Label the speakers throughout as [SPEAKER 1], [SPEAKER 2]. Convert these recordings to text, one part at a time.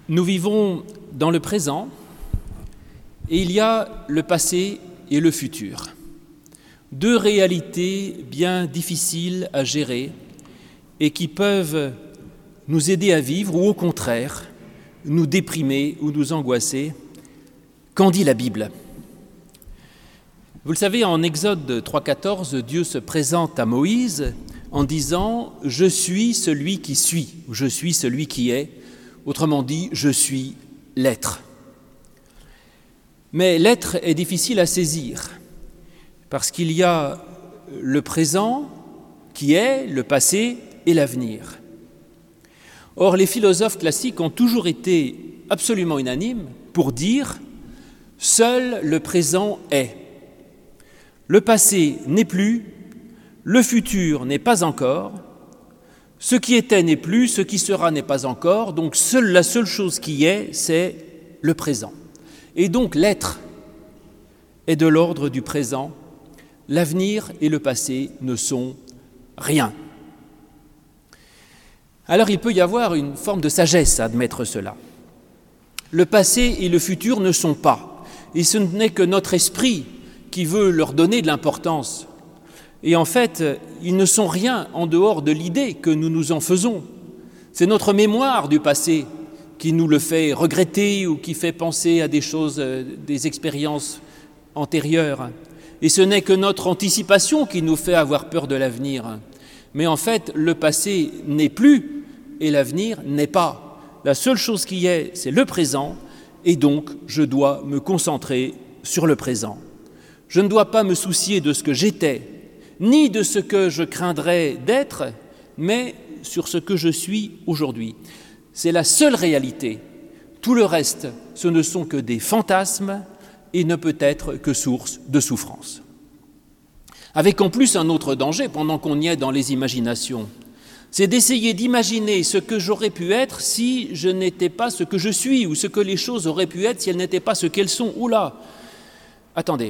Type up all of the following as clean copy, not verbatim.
[SPEAKER 1] Nous vivons dans le présent et il y a le passé et le futur. Deux réalités bien difficiles à gérer et qui peuvent nous aider à vivre ou au contraire nous déprimer ou nous angoisser. Qu'en dit la Bible ? Vous le savez, en Exode 3,14, Dieu se présente à Moïse en disant « Je suis celui qui suis » ou « Je suis celui qui est ». Autrement dit, « Je suis l'être ». Mais l'être est difficile à saisir parce qu'il y a le présent qui est, le passé et l'avenir. Or, les philosophes classiques ont toujours été absolument unanimes pour dire « Seul le présent est ». Le passé n'est plus, le futur n'est pas encore, ce qui était n'est plus, ce qui sera n'est pas encore, donc la seule chose qui est, c'est le présent. Et donc l'être est de l'ordre du présent, l'avenir et le passé ne sont rien. Alors il peut y avoir une forme de sagesse à admettre cela. Le passé et le futur ne sont pas, et ce n'est que notre esprit qui veut leur donner de l'importance. Et en fait, ils ne sont rien en dehors de l'idée que nous nous en faisons. C'est notre mémoire du passé qui nous le fait regretter ou qui fait penser à des choses, des expériences antérieures. Et ce n'est que notre anticipation qui nous fait avoir peur de l'avenir. Mais en fait, le passé n'est plus et l'avenir n'est pas. La seule chose qui est, c'est le présent, et donc je dois me concentrer sur le présent. Je ne dois pas me soucier de ce que j'étais, ni de ce que je craindrais d'être, mais sur ce que je suis aujourd'hui. C'est la seule réalité. Tout le reste, ce ne sont que des fantasmes et ne peut être que source de souffrance. Avec en plus un autre danger, pendant qu'on y est dans les imaginations, c'est d'essayer d'imaginer ce que j'aurais pu être si je n'étais pas ce que je suis, ou ce que les choses auraient pu être si elles n'étaient pas ce qu'elles sont. Oula, attendez.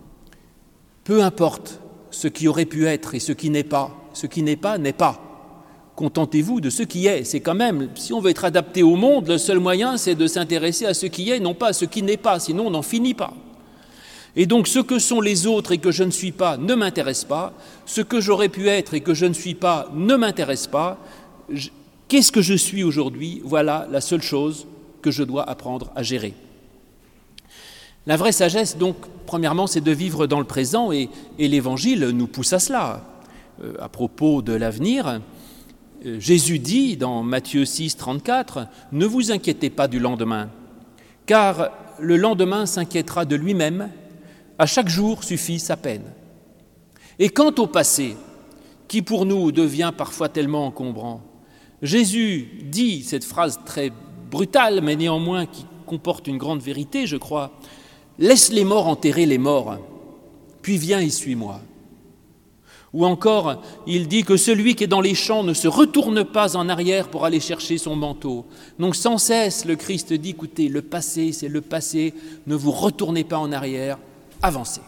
[SPEAKER 1] Peu importe ce qui aurait pu être et ce qui n'est pas n'est pas. Contentez-vous de ce qui est. C'est quand même, si on veut être adapté au monde, le seul moyen, c'est de s'intéresser à ce qui est, non pas à ce qui n'est pas, sinon on n'en finit pas. Et donc, ce que sont les autres et que je ne suis pas ne m'intéresse pas. Ce que j'aurais pu être et que je ne suis pas ne m'intéresse pas. Qu'est-ce que je suis aujourd'hui ? Voilà la seule chose que je dois apprendre à gérer. La vraie sagesse, donc, premièrement, c'est de vivre dans le présent et l'Évangile nous pousse à cela. À propos de l'avenir, Jésus dit dans Matthieu 6, 34, « Ne vous inquiétez pas du lendemain, car le lendemain s'inquiétera de lui-même, à chaque jour suffit sa peine. » Et quant au passé, qui pour nous devient parfois tellement encombrant, Jésus dit cette phrase très brutale, mais néanmoins qui comporte une grande vérité, je crois, « Laisse les morts enterrer les morts, puis viens et suis-moi. » Ou encore, il dit que celui qui est dans les champs ne se retourne pas en arrière pour aller chercher son manteau. Donc sans cesse, le Christ dit, écoutez, le passé, c'est le passé, ne vous retournez pas en arrière, avancez.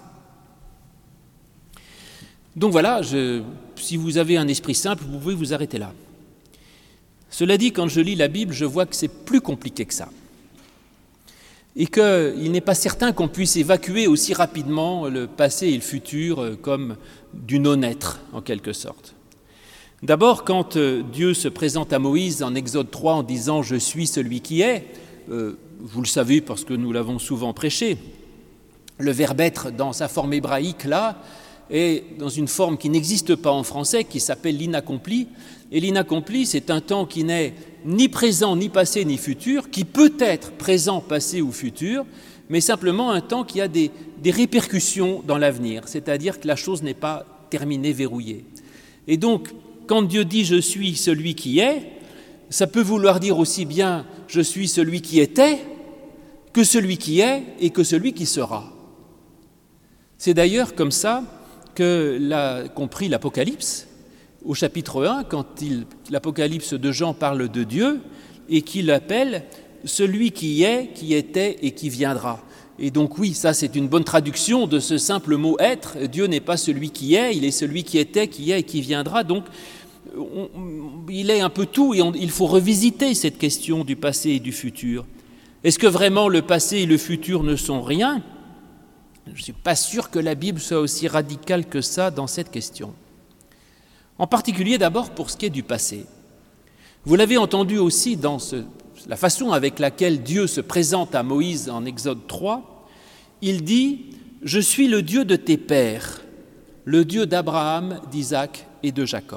[SPEAKER 1] Donc voilà, si vous avez un esprit simple, vous pouvez vous arrêter là. Cela dit, quand je lis la Bible, je vois que c'est plus compliqué que ça. Et qu'il n'est pas certain qu'on puisse évacuer aussi rapidement le passé et le futur comme du non-être, en quelque sorte. D'abord, quand Dieu se présente à Moïse en Exode 3 en disant « Je suis celui qui est », vous le savez parce que nous l'avons souvent prêché, le verbe « être » dans sa forme hébraïque, là, est dans une forme qui n'existe pas en français, qui s'appelle l'inaccompli. Et l'inaccompli, c'est un temps qui n'est ni présent, ni passé, ni futur, qui peut être présent, passé ou futur, mais simplement un temps qui a des répercussions dans l'avenir, c'est-à-dire que la chose n'est pas terminée, verrouillée. Et donc, quand Dieu dit « je suis celui qui est », ça peut vouloir dire aussi bien « je suis celui qui était » que celui qui est et que celui qui sera. C'est d'ailleurs comme ça que l'a compris l'Apocalypse, au chapitre 1, quand l'Apocalypse de Jean parle de Dieu et qu'il l'appelle celui qui est, qui était et qui viendra. Et donc oui, ça c'est une bonne traduction de ce simple mot « être ». Dieu n'est pas celui qui est, il est celui qui était, qui est et qui viendra. Donc il est un peu tout, et il faut revisiter cette question du passé et du futur. Est-ce que vraiment le passé et le futur ne sont rien ? Je ne suis pas sûr que la Bible soit aussi radicale que ça dans cette question. En particulier d'abord pour ce qui est du passé. Vous l'avez entendu aussi dans la façon avec laquelle Dieu se présente à Moïse en Exode 3. Il dit « Je suis le Dieu de tes pères, le Dieu d'Abraham, d'Isaac et de Jacob. »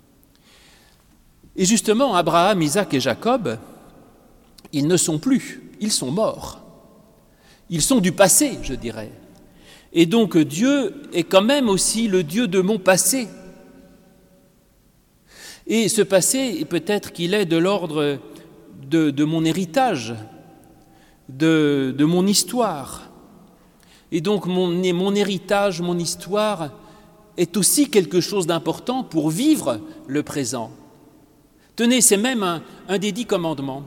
[SPEAKER 1] Et justement, Abraham, Isaac et Jacob, ils ne sont plus, ils sont morts. Ils sont du passé, je dirais. Et donc Dieu est quand même aussi le Dieu de mon passé. Et ce passé, peut-être qu'il est de l'ordre de mon héritage, de mon histoire. Et donc mon héritage, mon histoire est aussi quelque chose d'important pour vivre le présent. Tenez, c'est même un des 10 commandements.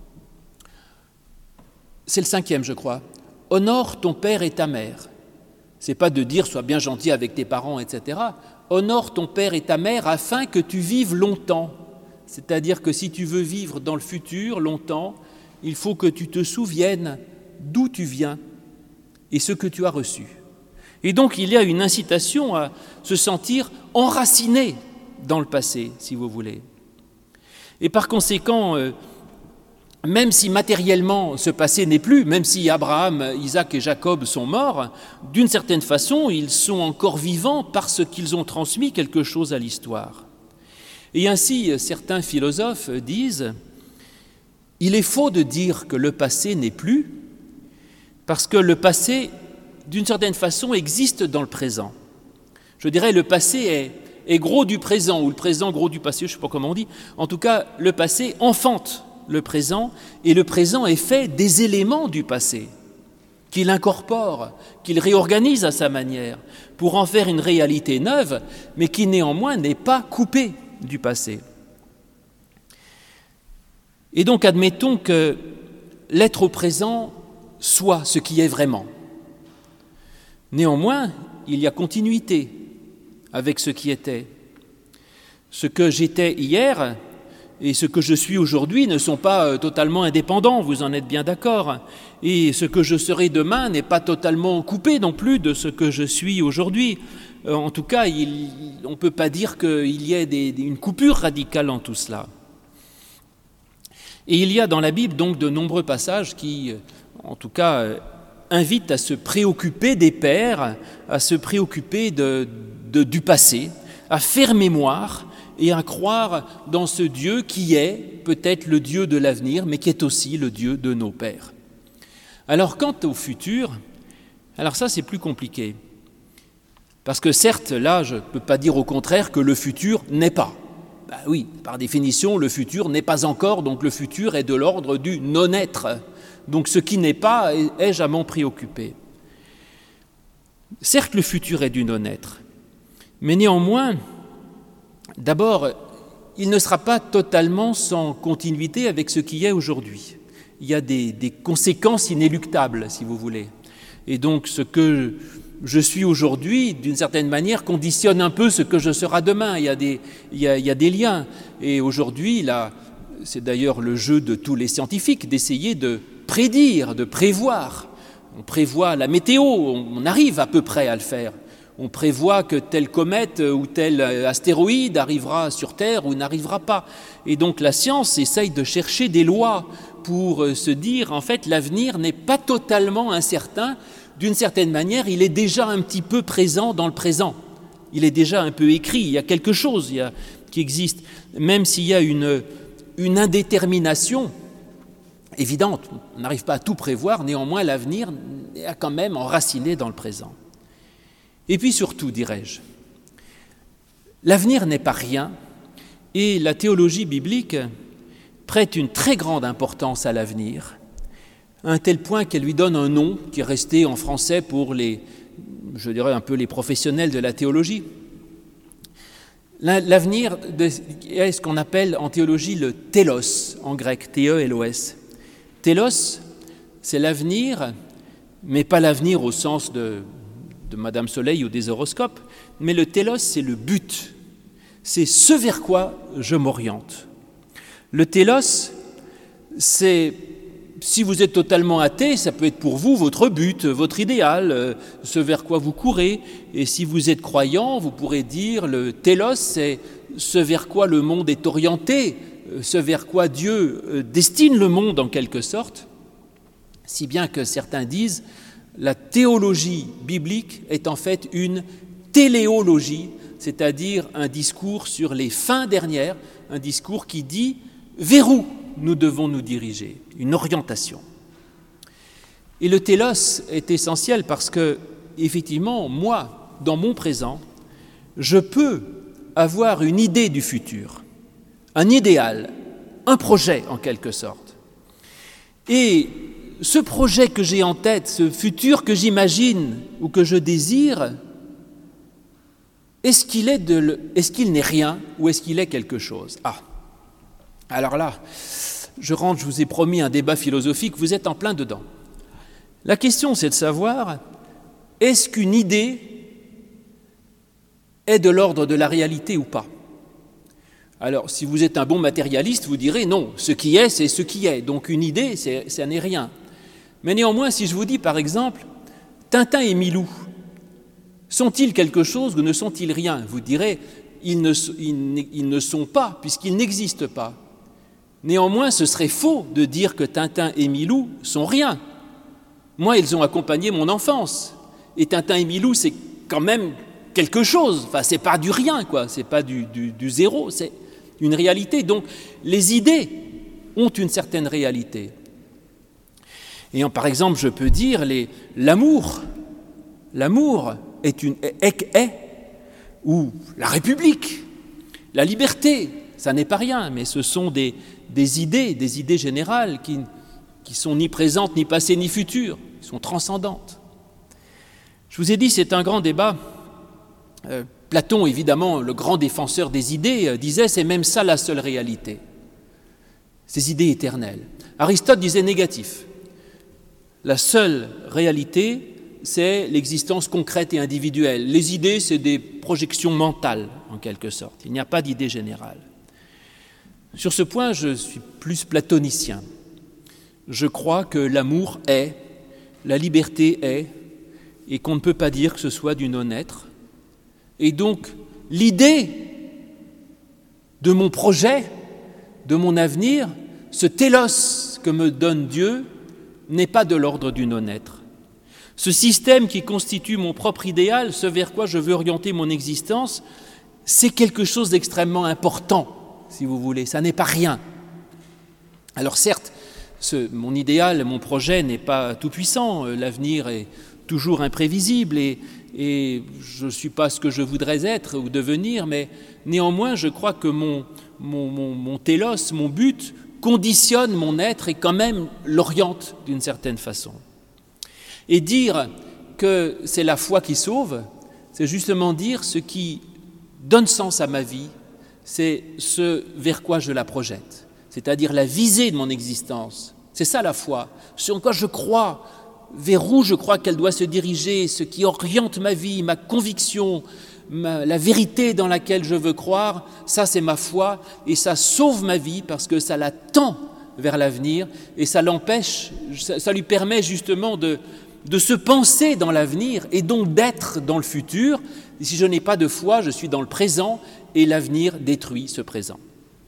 [SPEAKER 1] C'est le 5e, je crois. Honore ton père et ta mère. C'est pas de dire sois bien gentil avec tes parents, etc. Honore ton père et ta mère afin que tu vives longtemps. C'est-à-dire que si tu veux vivre dans le futur longtemps, il faut que tu te souviennes d'où tu viens et ce que tu as reçu. Et donc il y a une incitation à se sentir enraciné dans le passé, si vous voulez. Et par conséquent, même si matériellement ce passé n'est plus, même si Abraham, Isaac et Jacob sont morts, d'une certaine façon, ils sont encore vivants parce qu'ils ont transmis quelque chose à l'histoire. Et ainsi, certains philosophes disent « Il est faux de dire que le passé n'est plus, parce que le passé, d'une certaine façon, existe dans le présent. » Je dirais le passé est gros du présent, ou le présent gros du passé, je ne sais pas comment on dit. En tout cas, le passé enfante le présent, et le présent est fait des éléments du passé, qu'il incorpore, qu'il réorganise à sa manière, pour en faire une réalité neuve, mais qui néanmoins n'est pas coupée du passé. Et donc admettons que l'être au présent soit ce qui est vraiment. Néanmoins, il y a continuité avec ce qui était. Ce que j'étais hier et ce que je suis aujourd'hui ne sont pas totalement indépendants, vous en êtes bien d'accord. Et ce que je serai demain n'est pas totalement coupé non plus de ce que je suis aujourd'hui. En tout cas, on ne peut pas dire qu'il y ait une coupure radicale en tout cela. Et il y a dans la Bible donc de nombreux passages qui, en tout cas, invitent à se préoccuper des pères, à se préoccuper du passé, à faire mémoire et à croire dans ce Dieu qui est peut-être le Dieu de l'avenir, mais qui est aussi le Dieu de nos pères. Alors quant au futur, alors ça c'est plus compliqué. Parce que certes, là, je ne peux pas dire au contraire que le futur n'est pas. Ben oui, par définition, le futur n'est pas encore, donc le futur est de l'ordre du non-être. Donc ce qui n'est pas, ai-je à m'en préoccuper. Certes, le futur est du non-être, mais néanmoins, d'abord, il ne sera pas totalement sans continuité avec ce qui est aujourd'hui. Il y a des conséquences inéluctables, si vous voulez. Et donc, ce que je suis aujourd'hui, d'une certaine manière, conditionne un peu ce que je serai demain. Il y a des liens. Et aujourd'hui, là, c'est d'ailleurs le jeu de tous les scientifiques, d'essayer de prédire, de prévoir. On prévoit la météo, on arrive à peu près à le faire. On prévoit que telle comète ou tel astéroïde arrivera sur Terre ou n'arrivera pas. Et donc la science essaye de chercher des lois pour se dire, en fait, l'avenir n'est pas totalement incertain. D'une certaine manière, il est déjà un petit peu présent dans le présent. Il est déjà un peu écrit, il y a quelque chose qui existe. Même s'il y a une indétermination évidente, on n'arrive pas à tout prévoir, néanmoins l'avenir est quand même enraciné dans le présent. Et puis surtout, dirais-je, l'avenir n'est pas rien et la théologie biblique prête une très grande importance à l'avenir, à un tel point qu'elle lui donne un nom qui est resté en français pour je dirais un peu les professionnels de la théologie. L'avenir est ce qu'on appelle en théologie le télos, en grec, T-E-L-O-S. Télos, c'est l'avenir, mais pas l'avenir au sens de Madame Soleil ou des horoscopes, mais le télos, c'est le but. c'est ce vers quoi je m'oriente. Le télos, c'est, si vous êtes totalement athée, ça peut être pour vous votre but, votre idéal, ce vers quoi vous courez. Et si vous êtes croyant, vous pourrez dire le télos, c'est ce vers quoi le monde est orienté, ce vers quoi Dieu destine le monde en quelque sorte, si bien que certains disent la théologie biblique est en fait une téléologie, c'est-à-dire un discours sur les fins dernières, un discours qui dit vers où nous devons nous diriger, une orientation. Et le télos est essentiel parce que, effectivement, moi, dans mon présent, je peux avoir une idée du futur, un idéal, un projet en quelque sorte. Et ce projet que j'ai en tête, ce futur que j'imagine ou que je désire, est-ce qu'il n'est rien ou est-ce qu'il est quelque chose ? Alors là, je vous ai promis un débat philosophique, vous êtes en plein dedans. La question, c'est de savoir, est-ce qu'une idée est de l'ordre de la réalité ou pas ? Alors, si vous êtes un bon matérialiste, vous direz non, ce qui est, c'est ce qui est. Donc une idée, ça n'est rien. Mais néanmoins, si je vous dis par exemple, Tintin et Milou, sont-ils quelque chose ou ne sont-ils rien ? Vous direz, ils ne sont pas, puisqu'ils n'existent pas. Néanmoins, ce serait faux de dire que Tintin et Milou sont rien. Moi, ils ont accompagné mon enfance. Et Tintin et Milou, c'est quand même quelque chose. Enfin, c'est pas du rien, quoi. C'est pas du zéro, c'est une réalité. Donc, les idées ont une certaine réalité. Et par exemple, je peux dire l'amour. L'amour est ou la République, la liberté, ça n'est pas rien, mais ce sont des idées générales qui sont ni présentes, ni passées, ni futures, qui sont transcendantes. Je vous ai dit, c'est un grand débat. Platon, évidemment, le grand défenseur des idées, disait c'est même ça la seule réalité, ces idées éternelles. Aristote disait négatif. La seule réalité, c'est l'existence concrète et individuelle. Les idées, c'est des projections mentales, en quelque sorte. Il n'y a pas d'idée générale. Sur ce point, je suis plus platonicien. Je crois que l'amour est, la liberté est, et qu'on ne peut pas dire que ce soit du non-être. Et donc, l'idée de mon projet, de mon avenir, ce télos que me donne Dieu, n'est pas de l'ordre du non-être. Ce système qui constitue mon propre idéal, ce vers quoi je veux orienter mon existence, c'est quelque chose d'extrêmement important, si vous voulez, ça n'est pas rien. Alors certes, mon idéal, mon projet n'est pas tout puissant, l'avenir est toujours imprévisible et je ne suis pas ce que je voudrais être ou devenir, mais néanmoins je crois que mon télos, mon but, conditionne mon être et quand même l'oriente d'une certaine façon. Et dire que c'est la foi qui sauve, c'est justement dire ce qui donne sens à ma vie, c'est ce vers quoi je la projette, c'est-à-dire la visée de mon existence. C'est ça la foi, sur quoi je crois, vers où je crois qu'elle doit se diriger, ce qui oriente ma vie, ma conviction, la vérité dans laquelle je veux croire, ça c'est ma foi et ça sauve ma vie parce que ça la tend vers l'avenir et ça lui permet justement de se penser dans l'avenir et donc d'être dans le futur. Et si je n'ai pas de foi, je suis dans le présent et l'avenir détruit ce présent.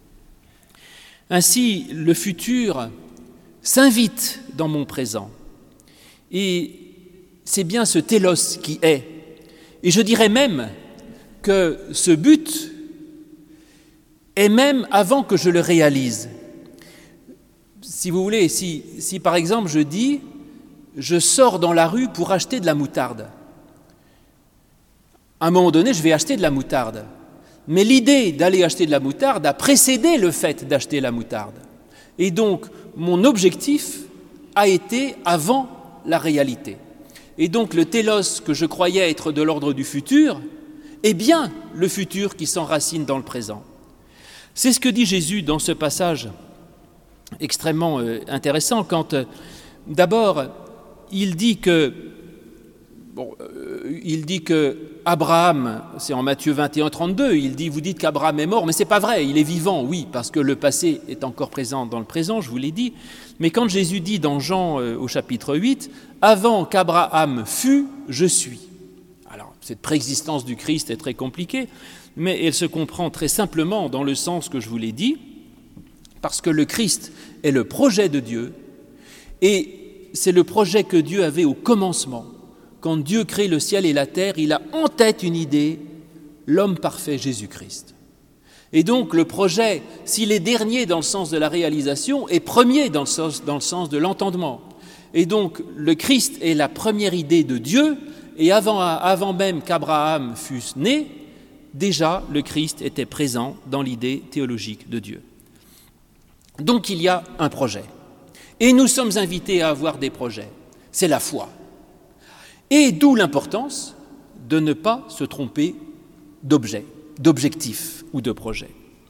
[SPEAKER 1] Ainsi, le futur s'invite dans mon présent et c'est bien ce télos qui est. Et je dirais même que ce but est même avant que je le réalise. Si vous voulez, si par exemple je dis je sors dans la rue pour acheter de la moutarde, à un moment donné je vais acheter de la moutarde, mais l'idée d'aller acheter de la moutarde a précédé le fait d'acheter la moutarde. Et donc mon objectif a été avant la réalité. Et donc le télos que je croyais être de l'ordre du futur est bien le futur qui s'enracine dans le présent. C'est ce que dit Jésus dans ce passage extrêmement intéressant quand d'abord il dit que Abraham, c'est en Matthieu 21, 32, il dit, vous dites qu'Abraham est mort, mais c'est pas vrai, il est vivant, oui, parce que le passé est encore présent dans le présent, je vous l'ai dit. Mais quand Jésus dit dans Jean au chapitre 8, avant qu'Abraham fût, je suis. Alors, cette préexistence du Christ est très compliquée, mais elle se comprend très simplement dans le sens que je vous l'ai dit, parce que le Christ est le projet de Dieu, et c'est le projet que Dieu avait au commencement. Quand Dieu crée le ciel et la terre, il a en tête une idée, l'homme parfait Jésus-Christ. Et donc le projet, s'il est dernier dans le sens de la réalisation, est premier dans le sens de l'entendement. Et donc le Christ est la première idée de Dieu, et avant même qu'Abraham fût né, déjà le Christ était présent dans l'idée théologique de Dieu. Donc il y a un projet. Et nous sommes invités à avoir des projets. C'est la foi. Et d'où l'importance de ne pas se tromper d'objet, d'objectif ou de projet.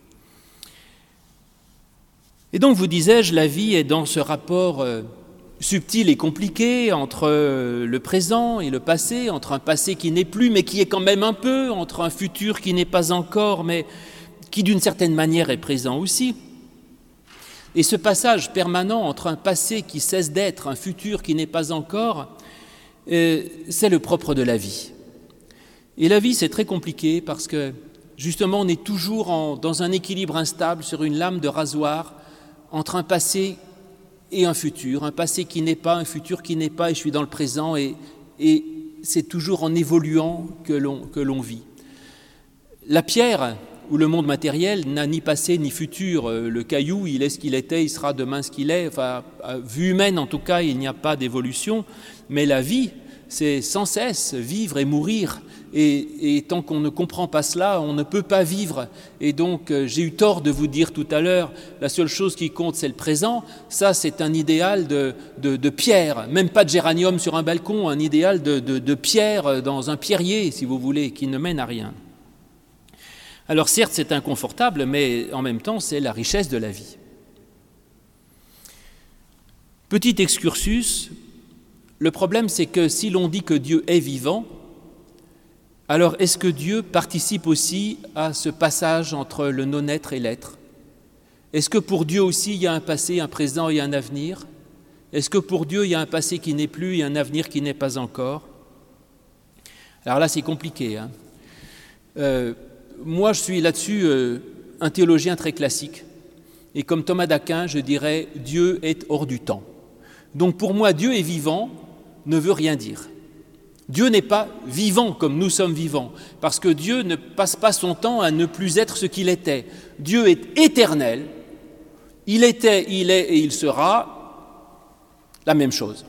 [SPEAKER 1] Et donc, vous disais-je, la vie est dans ce rapport subtil et compliqué entre le présent et le passé, entre un passé qui n'est plus mais qui est quand même un peu, entre un futur qui n'est pas encore mais qui d'une certaine manière est présent aussi. Et ce passage permanent entre un passé qui cesse d'être, un futur qui n'est pas encore, c'est le propre de la vie. Et la vie, c'est très compliqué parce que, justement, on est toujours dans un équilibre instable sur une lame de rasoir entre un passé et un futur, un passé qui n'est pas, un futur qui n'est pas, et je suis dans le présent, et c'est toujours en évoluant que l'on vit. La pierre ou le monde matériel n'a ni passé ni futur. Le caillou, il est ce qu'il était, il sera demain ce qu'il est. Enfin, à vue humaine, en tout cas, il n'y a pas d'évolution. Mais la vie, c'est sans cesse vivre et mourir. Et tant qu'on ne comprend pas cela, on ne peut pas vivre. Et donc, j'ai eu tort de vous dire tout à l'heure, la seule chose qui compte, c'est le présent. Ça, c'est un idéal de pierre, même pas de géranium sur un balcon, un idéal de pierre dans un pierrier, si vous voulez, qui ne mène à rien. Alors certes, c'est inconfortable, mais en même temps, c'est la richesse de la vie. Petit excursus, le problème, c'est que si l'on dit que Dieu est vivant, alors est-ce que Dieu participe aussi à ce passage entre le non-être et l'être ? Est-ce que pour Dieu aussi, il y a un passé, un présent et un avenir ? Est-ce que pour Dieu, il y a un passé qui n'est plus et un avenir qui n'est pas encore ? Alors là, c'est compliqué, hein. Moi, je suis là-dessus un théologien très classique. Et comme Thomas d'Aquin, je dirais « Dieu est hors du temps ». Donc pour moi, Dieu est vivant ne veut rien dire. Dieu n'est pas vivant comme nous sommes vivants, parce que Dieu ne passe pas son temps à ne plus être ce qu'il était. Dieu est éternel, il était, il est et il sera la même chose.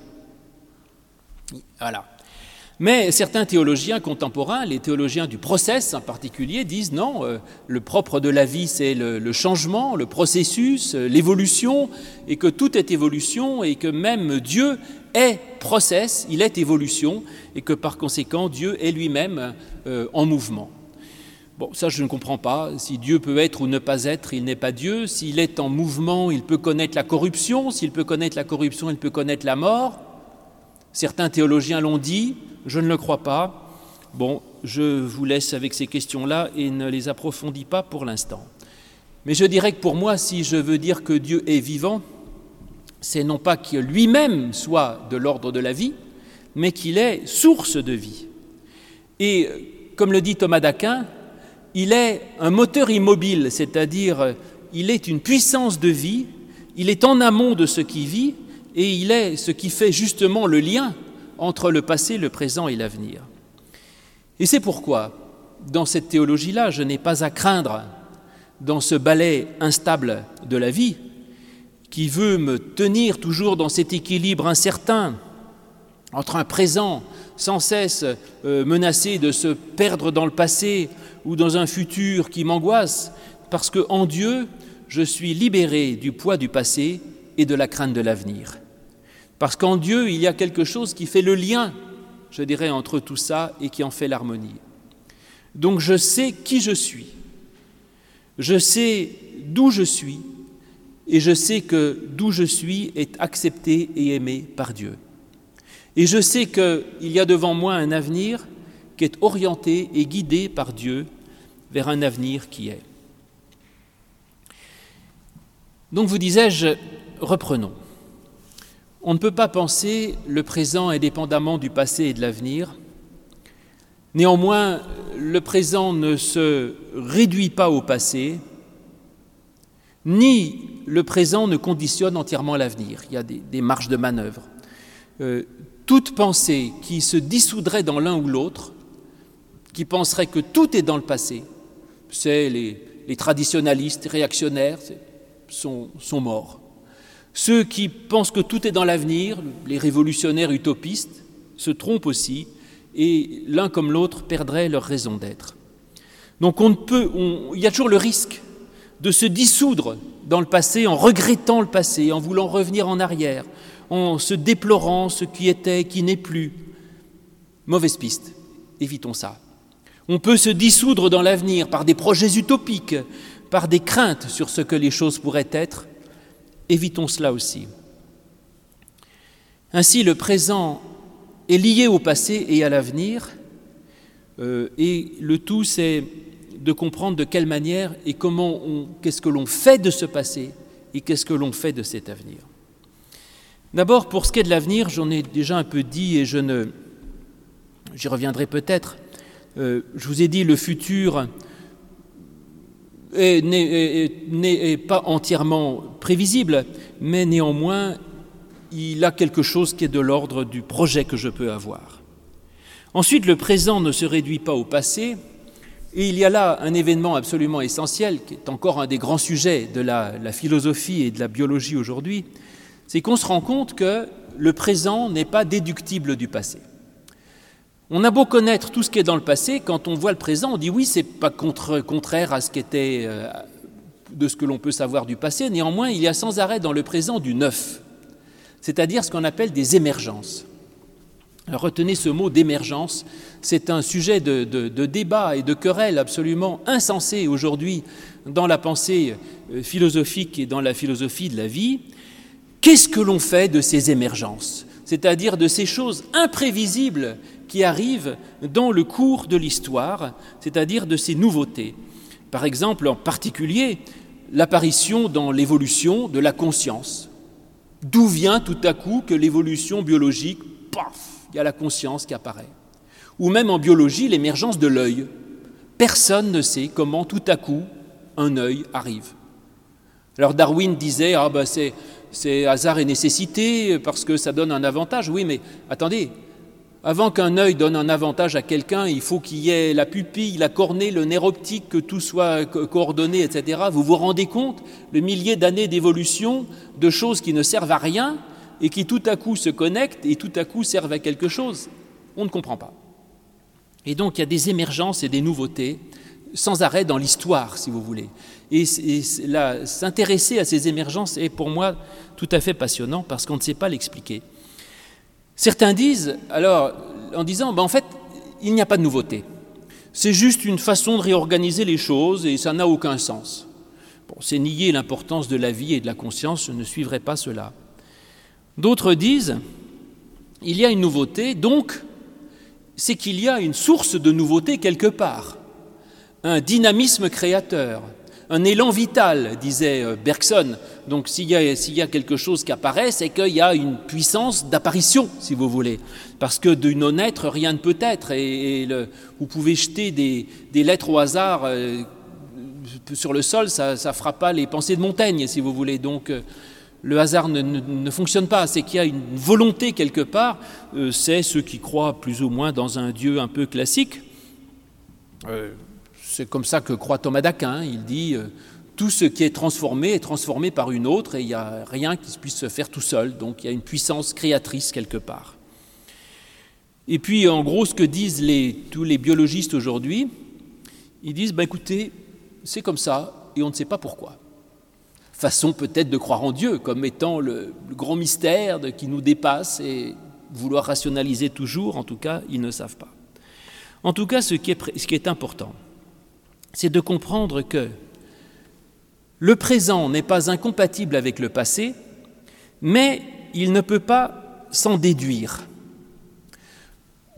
[SPEAKER 1] Voilà. Mais certains théologiens contemporains, les théologiens du process en particulier, disent non, le propre de la vie c'est le changement, le processus, l'évolution, et que tout est évolution, et que même Dieu est process, il est évolution, et que par conséquent Dieu est lui-même en mouvement. Bon, ça je ne comprends pas, si Dieu peut être ou ne pas être, il n'est pas Dieu, s'il est en mouvement, il peut connaître la corruption, s'il peut connaître la corruption, il peut connaître la mort. Certains théologiens l'ont dit, je ne le crois pas. Bon, je vous laisse avec ces questions-là et ne les approfondis pas pour l'instant. Mais je dirais que pour moi, si je veux dire que Dieu est vivant, c'est non pas qu'il lui-même soit de l'ordre de la vie, mais qu'il est source de vie. Et comme le dit Thomas d'Aquin, il est un moteur immobile, c'est-à-dire il est une puissance de vie, il est en amont de ce qui vit, et il est ce qui fait justement le lien entre le passé, le présent et l'avenir. Et c'est pourquoi, dans cette théologie-là, je n'ai pas à craindre, dans ce balai instable de la vie, qui veut me tenir toujours dans cet équilibre incertain, entre un présent sans cesse menacé de se perdre dans le passé ou dans un futur qui m'angoisse, parce qu'en Dieu, je suis libéré du poids du passé et de la crainte de l'avenir. Parce qu'en Dieu, il y a quelque chose qui fait le lien, je dirais, entre tout ça et qui en fait l'harmonie. Donc je sais qui je suis, je sais d'où je suis, et je sais que d'où je suis est accepté et aimé par Dieu. Et je sais qu'il y a devant moi un avenir qui est orienté et guidé par Dieu vers un avenir qui est. Donc vous disais-je, reprenons. On ne peut pas penser le présent indépendamment du passé et de l'avenir. Néanmoins, le présent ne se réduit pas au passé, ni le présent ne conditionne entièrement l'avenir. Il y a des marges de manœuvre. Toute pensée qui se dissoudrait dans l'un ou l'autre, qui penserait que tout est dans le passé, c'est les traditionalistes, réactionnaires, sont morts. Ceux qui pensent que tout est dans l'avenir, les révolutionnaires utopistes, se trompent aussi, et l'un comme l'autre perdraient leur raison d'être. Donc il y a toujours le risque de se dissoudre dans le passé en regrettant le passé, en voulant revenir en arrière, en se déplorant ce qui était et qui n'est plus. Mauvaise piste, évitons ça. On peut se dissoudre dans l'avenir par des projets utopiques, par des craintes sur ce que les choses pourraient être. Évitons cela aussi. Ainsi, le présent est lié au passé et à l'avenir, et le tout, c'est de comprendre de quelle manière et qu'est-ce que l'on fait de ce passé et qu'est-ce que l'on fait de cet avenir. D'abord, pour ce qui est de l'avenir, j'en ai déjà un peu dit et j'y reviendrai peut-être. Je vous ai dit, le futur n'est pas entièrement prévisible, mais néanmoins, il a quelque chose qui est de l'ordre du projet que je peux avoir. Ensuite, le présent ne se réduit pas au passé, et il y a là un événement absolument essentiel, qui est encore un des grands sujets de la philosophie et de la biologie aujourd'hui, c'est qu'on se rend compte que le présent n'est pas déductible du passé. On a beau connaître tout ce qui est dans le passé, quand on voit le présent, on dit oui, c'est pas contraire à ce qu'était de ce que l'on peut savoir du passé. Néanmoins, il y a sans arrêt dans le présent du neuf, c'est-à-dire ce qu'on appelle des émergences. Alors, retenez ce mot d'émergence, c'est un sujet de débat et de querelle absolument insensé aujourd'hui dans la pensée philosophique et dans la philosophie de la vie. Qu'est-ce que l'on fait de ces émergences ? C'est-à-dire de ces choses imprévisibles qui arrivent dans le cours de l'histoire, c'est-à-dire de ces nouveautés. Par exemple, en particulier, l'apparition dans l'évolution de la conscience. D'où vient tout à coup que l'évolution biologique, paf, il y a la conscience qui apparaît. Ou même en biologie, l'émergence de l'œil. Personne ne sait comment tout à coup un œil arrive. Alors Darwin disait, c'est hasard et nécessité parce que ça donne un avantage. Oui, mais attendez, avant qu'un œil donne un avantage à quelqu'un, il faut qu'il y ait la pupille, la cornée, le nerf optique, que tout soit coordonné, etc. Vous vous rendez compte, le millier d'années d'évolution de choses qui ne servent à rien et qui tout à coup se connectent et tout à coup servent à quelque chose? On ne comprend pas. Et donc il y a des émergences et des nouveautés sans arrêt dans l'histoire, si vous voulez. Et là, s'intéresser à ces émergences est pour moi tout à fait passionnant parce qu'on ne sait pas l'expliquer. Certains disent, alors, en disant, en fait, il n'y a pas de nouveauté. C'est juste une façon de réorganiser les choses et ça n'a aucun sens. Bon, c'est nier l'importance de la vie et de la conscience, je ne suivrai pas cela. D'autres disent, il y a une nouveauté, donc c'est qu'il y a une source de nouveauté quelque part, un dynamisme créateur, un élan vital, disait Bergson. Donc s'il y a quelque chose qui apparaît, c'est qu'il y a une puissance d'apparition, si vous voulez. Parce que de non-être, rien ne peut être. Vous pouvez jeter des lettres au hasard sur le sol, ça ne fera pas les pensées de Montaigne, si vous voulez. Donc le hasard ne fonctionne pas. C'est qu'il y a une volonté quelque part. C'est ceux qui croient plus ou moins dans un Dieu un peu classique. C'est comme ça que croit Thomas d'Aquin. Il dit tout ce qui est transformé par une autre et il n'y a rien qui puisse se faire tout seul. Donc il y a une puissance créatrice quelque part. Et puis en gros, ce que disent tous les biologistes aujourd'hui, ils disent écoutez, c'est comme ça et on ne sait pas pourquoi. Façon peut-être de croire en Dieu comme étant le grand mystère qui nous dépasse et vouloir rationaliser toujours, en tout cas, ils ne savent pas. En tout cas, ce qui est important, c'est de comprendre que le présent n'est pas incompatible avec le passé, mais il ne peut pas s'en déduire.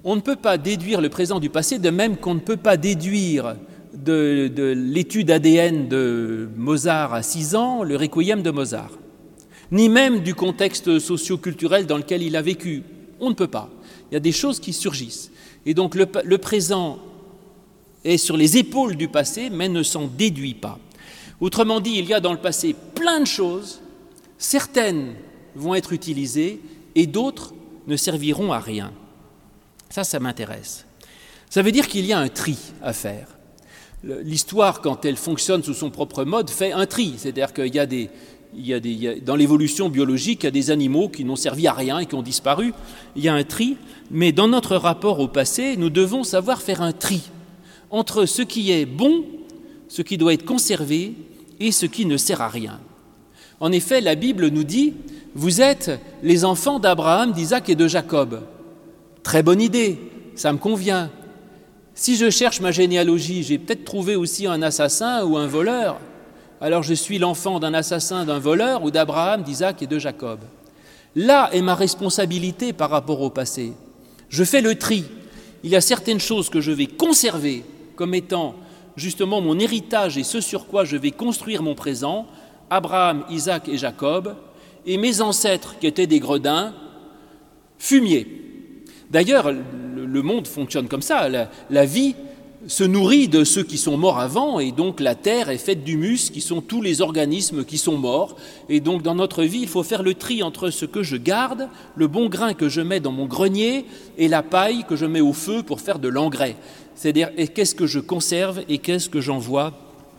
[SPEAKER 1] On ne peut pas déduire le présent du passé, de même qu'on ne peut pas déduire de l'étude ADN de Mozart à 6 ans le requiem de Mozart, ni même du contexte socio-culturel dans lequel il a vécu. On ne peut pas. Il y a des choses qui surgissent. Et donc le présent est sur les épaules du passé, mais ne s'en déduit pas. Autrement dit, il y a dans le passé plein de choses, certaines vont être utilisées et d'autres ne serviront à rien. Ça m'intéresse. Ça veut dire qu'il y a un tri à faire. L'histoire, quand elle fonctionne sous son propre mode, fait un tri. C'est-à-dire qu'il y a dans l'évolution biologique, il y a des animaux qui n'ont servi à rien et qui ont disparu. Il y a un tri, mais dans notre rapport au passé, nous devons savoir faire un tri entre ce qui est bon, ce qui doit être conservé et ce qui ne sert à rien. En effet, la Bible nous dit « Vous êtes les enfants d'Abraham, d'Isaac et de Jacob ». Très bonne idée, ça me convient. Si je cherche ma généalogie, j'ai peut-être trouvé aussi un assassin ou un voleur. Alors je suis l'enfant d'un assassin, d'un voleur ou d'Abraham, d'Isaac et de Jacob. Là est ma responsabilité par rapport au passé. Je fais le tri. Il y a certaines choses que je vais conserver comme étant justement mon héritage et ce sur quoi je vais construire mon présent, Abraham, Isaac et Jacob, et mes ancêtres qui étaient des gredins, fumier. D'ailleurs, le monde fonctionne comme ça. La vie se nourrit de ceux qui sont morts avant, et donc la terre est faite d'humus, qui sont tous les organismes qui sont morts. Et donc dans notre vie, il faut faire le tri entre ce que je garde, le bon grain que je mets dans mon grenier, et la paille que je mets au feu pour faire de l'engrais. C'est-à-dire, qu'est-ce que je conserve et qu'est-ce que j'envoie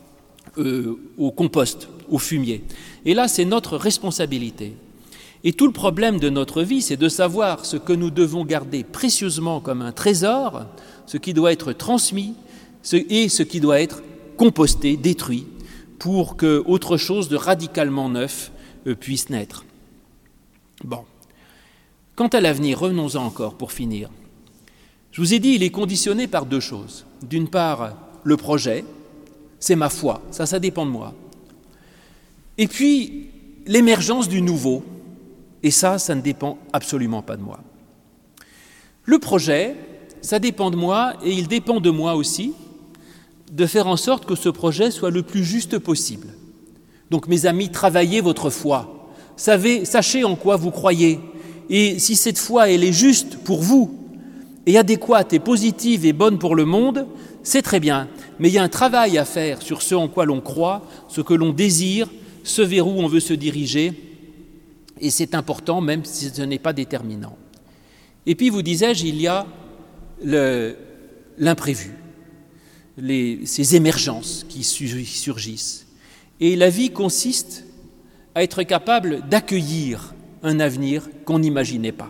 [SPEAKER 1] au compost, au fumier. Et là, c'est notre responsabilité. Et tout le problème de notre vie, c'est de savoir ce que nous devons garder précieusement comme un trésor, ce qui doit être transmis et ce qui doit être composté, détruit, pour que autre chose de radicalement neuf puisse naître. Bon. Quant à l'avenir, revenons-en encore pour finir. Je vous ai dit, il est conditionné par deux choses. D'une part, le projet, c'est ma foi, ça dépend de moi. Et puis, l'émergence du nouveau. Et ça ne dépend absolument pas de moi. Le projet, ça dépend de moi et il dépend de moi aussi de faire en sorte que ce projet soit le plus juste possible. Donc mes amis, travaillez votre foi. Sachez en quoi vous croyez. Et si cette foi, elle est juste pour vous, et adéquate et positive et bonne pour le monde, c'est très bien. Mais il y a un travail à faire sur ce en quoi l'on croit, ce que l'on désire, ce vers où on veut se diriger. Et c'est important, même si ce n'est pas déterminant. Et puis, vous disais-je, il y a l'imprévu, ces émergences qui surgissent. Et la vie consiste à être capable d'accueillir un avenir qu'on n'imaginait pas.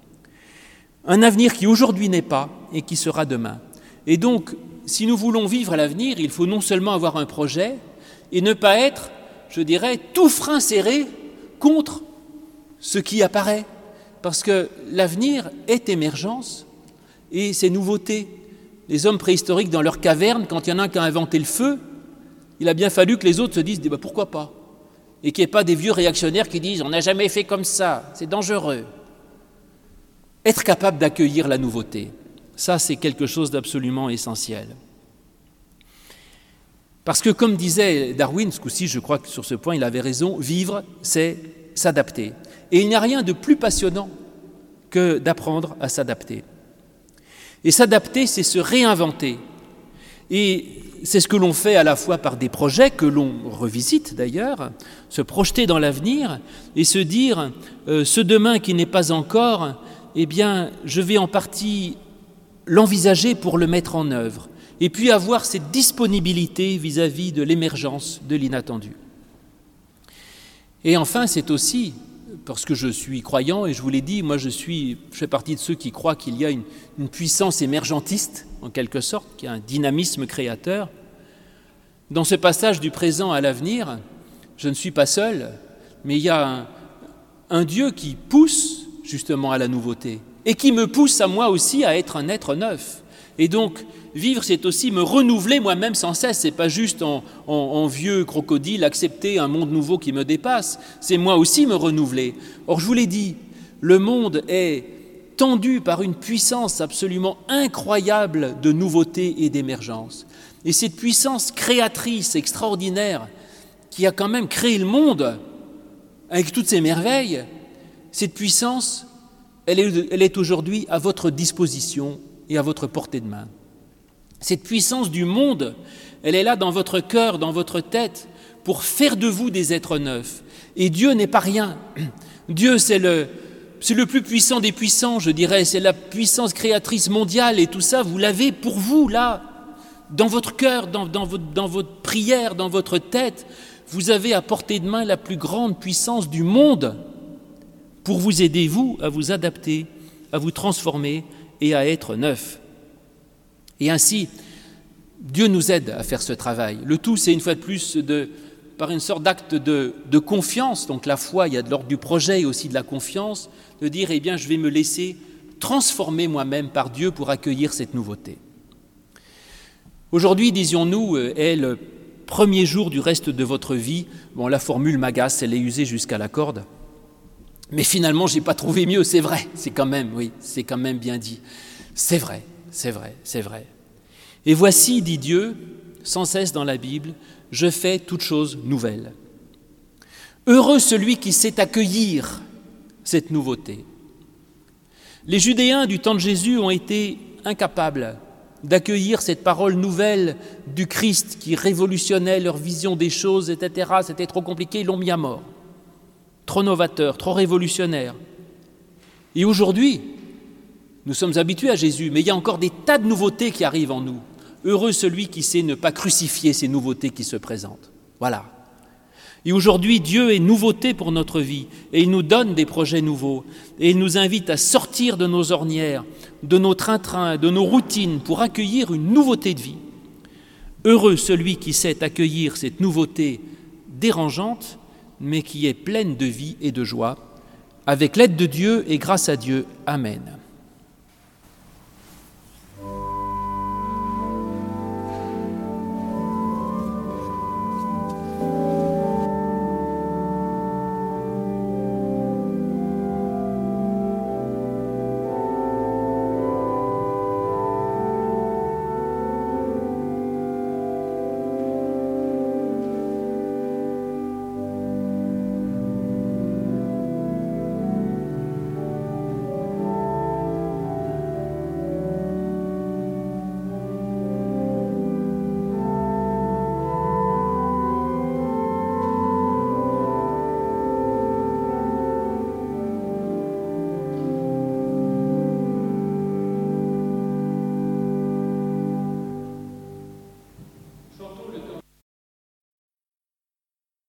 [SPEAKER 1] Un avenir qui aujourd'hui n'est pas et qui sera demain. Et donc, si nous voulons vivre l'avenir, il faut non seulement avoir un projet et ne pas être, je dirais, tout frein serré contre ce qui apparaît, parce que l'avenir est émergence et c'est nouveauté. Les hommes préhistoriques dans leurs cavernes, quand il y en a un qui a inventé le feu, il a bien fallu que les autres se disent « pourquoi pas ?» et qu'il n'y ait pas des vieux réactionnaires qui disent « on n'a jamais fait comme ça, c'est dangereux ». Être capable d'accueillir la nouveauté, ça c'est quelque chose d'absolument essentiel. Parce que comme disait Darwin, ce coup-ci je crois que sur ce point il avait raison, vivre c'est s'adapter. Et il n'y a rien de plus passionnant que d'apprendre à s'adapter. Et s'adapter, c'est se réinventer. Et c'est ce que l'on fait à la fois par des projets que l'on revisite d'ailleurs, se projeter dans l'avenir et se dire ce demain qui n'est pas encore, eh bien, je vais en partie l'envisager pour le mettre en œuvre. Et puis avoir cette disponibilité vis-à-vis de l'émergence de l'inattendu. Et enfin, c'est aussi, parce que je suis croyant, et je vous l'ai dit, moi je fais partie de ceux qui croient qu'il y a une puissance émergentiste, en quelque sorte, qui a un dynamisme créateur. Dans ce passage du présent à l'avenir, je ne suis pas seul, mais il y a un Dieu qui pousse justement à la nouveauté, et qui me pousse à moi aussi à être un être neuf. Et donc, vivre, c'est aussi me renouveler moi-même sans cesse. C'est pas juste en vieux crocodile accepter un monde nouveau qui me dépasse. C'est moi aussi me renouveler. Or, je vous l'ai dit, le monde est tendu par une puissance absolument incroyable de nouveauté et d'émergence. Et cette puissance créatrice extraordinaire qui a quand même créé le monde avec toutes ses merveilles, cette puissance, elle est aujourd'hui à votre disposition et à votre portée de main. Cette puissance du monde, elle est là dans votre cœur, dans votre tête, pour faire de vous des êtres neufs. Et Dieu n'est pas rien. Dieu, c'est le plus puissant des puissants, je dirais. C'est la puissance créatrice mondiale. Et tout ça, vous l'avez pour vous, là, dans votre cœur, dans votre prière, dans votre tête. Vous avez à portée de main la plus grande puissance du monde pour vous aider, vous, à vous adapter, à vous transformer et à être neuf. Et ainsi, Dieu nous aide à faire ce travail. Le tout, c'est une fois de plus, par une sorte d'acte de confiance. Donc la foi, il y a de l'ordre du projet et aussi de la confiance, de dire, eh bien, je vais me laisser transformer moi-même par Dieu pour accueillir cette nouveauté. Aujourd'hui, disions-nous, est le premier jour du reste de votre vie. Bon, la formule m'agace, elle est usée jusqu'à la corde. Mais finalement, je n'ai pas trouvé mieux, c'est vrai. C'est quand même bien dit. C'est vrai. Et voici, dit Dieu, sans cesse dans la Bible, je fais toutes choses nouvelles. Heureux celui qui sait accueillir cette nouveauté. Les Judéens du temps de Jésus ont été incapables d'accueillir cette parole nouvelle du Christ qui révolutionnait leur vision des choses, etc. C'était trop compliqué, ils l'ont mis à mort. Trop novateur, trop révolutionnaire. Et aujourd'hui, nous sommes habitués à Jésus, mais il y a encore des tas de nouveautés qui arrivent en nous. Heureux celui qui sait ne pas crucifier ces nouveautés qui se présentent. Voilà. Et aujourd'hui, Dieu est nouveauté pour notre vie et il nous donne des projets nouveaux et il nous invite à sortir de nos ornières, de nos train-train, de nos routines pour accueillir une nouveauté de vie. Heureux celui qui sait accueillir cette nouveauté dérangeante, mais qui est pleine de vie et de joie. Avec l'aide de Dieu et grâce à Dieu. Amen.